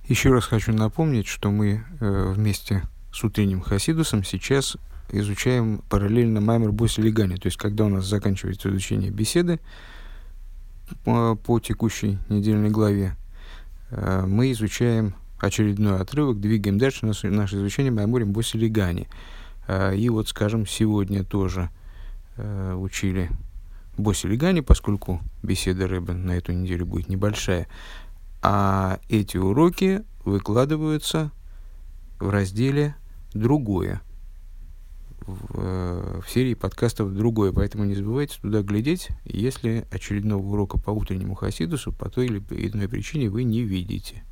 Еще раз хочу напомнить, что мы вместе с утренним Хасидусом сейчас изучаем параллельно Маймер Боси Легани. То есть, когда у нас заканчивается изучение беседы по текущей недельной главе, мы изучаем очередной отрывок, двигаем дальше наше изучение Майморим Боси Легани. И вот, скажем, сегодня тоже учили Боси Легани, поскольку беседа Ребе на эту неделю будет небольшая. А эти уроки выкладываются в разделе «Другое», в серии подкастов «Другое». Поэтому не забывайте туда глядеть, если очередного урока по утреннему Хасидусу по той или иной причине вы не видите.